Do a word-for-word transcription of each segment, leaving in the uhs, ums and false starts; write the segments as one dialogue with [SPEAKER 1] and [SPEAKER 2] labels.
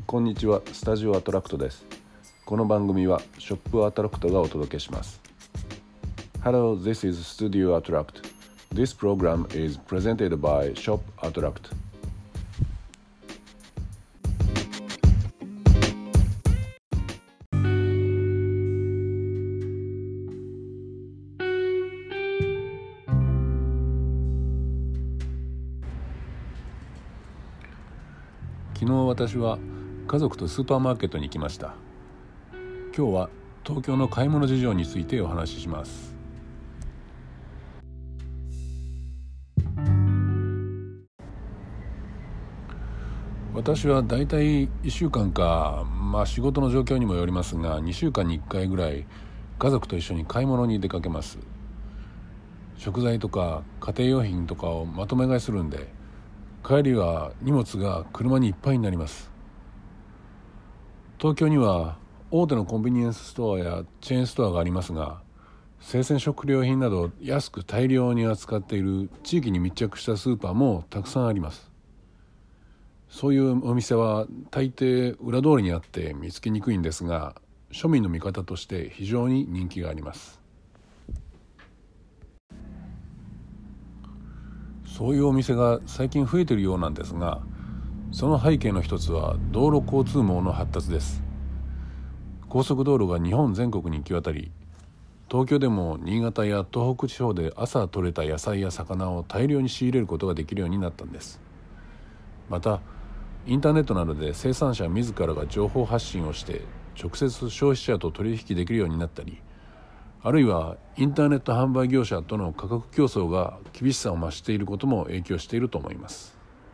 [SPEAKER 1] こんにちは、スタジオアトラクトです。この番組はショップアトラクトがお届けします。Hello, this is Studio Attract. This program is presented by Shop Attract. 昨日私は家族とスーパーマーケットに行きました。今日は東京の買い物事情についてお話しします。私はだいたいいっしゅうかんか、まあ仕事の状況にもよりますがにしゅうかんにいっかいぐらい家族と一緒に買い物に出かけます。食材とか家庭用品とかをまとめ買いするんで、帰りは荷物が車にいっぱいになります。東京には大手のコンビニエンスストアやチェーンストアがありますが、生鮮食料品など安く大量に扱っている地域に密着したスーパーもたくさんあります。そういうお店は大抵裏通りにあって見つけにくいんですが、庶民の味方として非常に人気があります。そういうお店が最近増えているようなんですが、その背景の一つは道路交通網の発達です。高速道路が日本全国に行き渡り、東京でも新潟や東北地方で朝採れた野菜や魚を大量に仕入れることができるようになったんです。またインターネットなどで生産者自らが情報発信をして直接消費者と取引できるようになったり、あるいはインターネット販売業者との価格競争が厳しさを増していることも影響していると思います。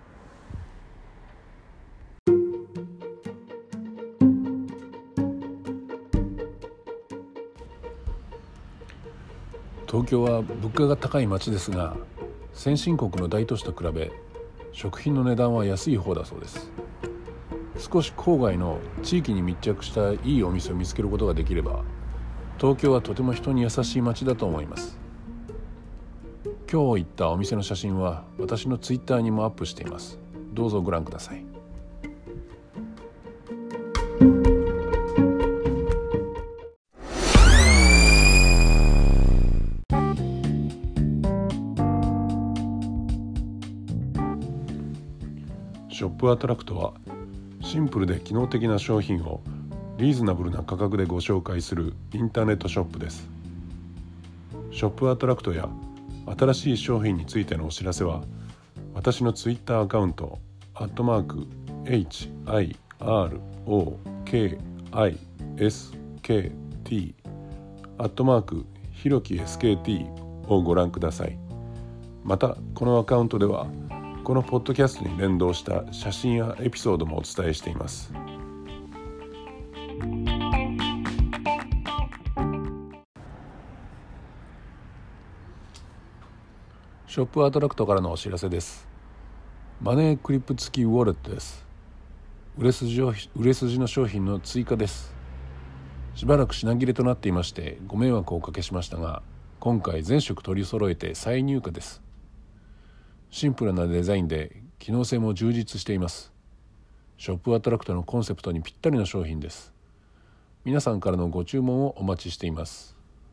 [SPEAKER 1] 東京は物価が高い街ですが、先進国の大都市と比べ食品の値段は安い方だそうです。少し郊外の地域に密着したいいお店を見つけることができれば、東京はとても人に優しい街だと思います。今日行ったお店の写真は私のツイッターにもアップしています。どうぞご覧ください。ショップアトラクトはシンプルで機能的な商品をリーズナブルな価格でご紹介するインターネットショップです。ショップアトラクトや新しい商品についてのお知らせは、私のツイッターアカウントアットマーク エイチアイアールオーケーアイエスケーティー アットマークひろき エスケーティー をご覧ください。またこのアカウントではこのポッドキャストに連動した写真やエピソードもお伝えしています。ショップアトラクトからのお知らせです。マネークリップ付きウォレットです。売れ筋を売れ筋の商品の追加です。しばらく品切れとなっていましてご迷惑をおかけしましたが、今回全色取り揃えて再入荷です。シンプルなデザインで機能性も充実しています。ショップアトラクトのコンセプトにぴったりの商品です。皆さんからのご注文をお待ちしています。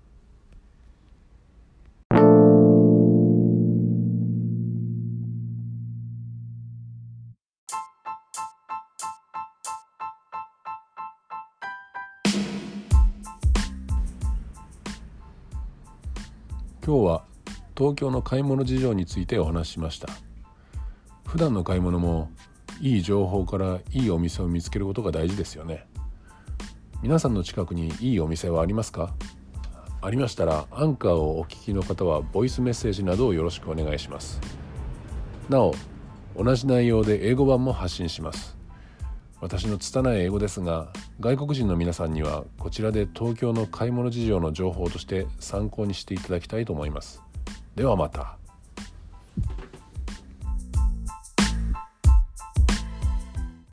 [SPEAKER 1] 今日は東京の買い物事情についてお話ししました。普段の買い物もいい情報からいいお店を見つけることが大事ですよね。皆さんの近くにいいお店はありますか？ありましたらアンカーをお聞きの方はボイスメッセージなどをよろしくお願いします。なお同じ内容で英語版も発信します。私の拙い英語ですが、外国人の皆さんにはこちらで東京の買い物事情の情報として参考にしていただきたいと思います。ではまた。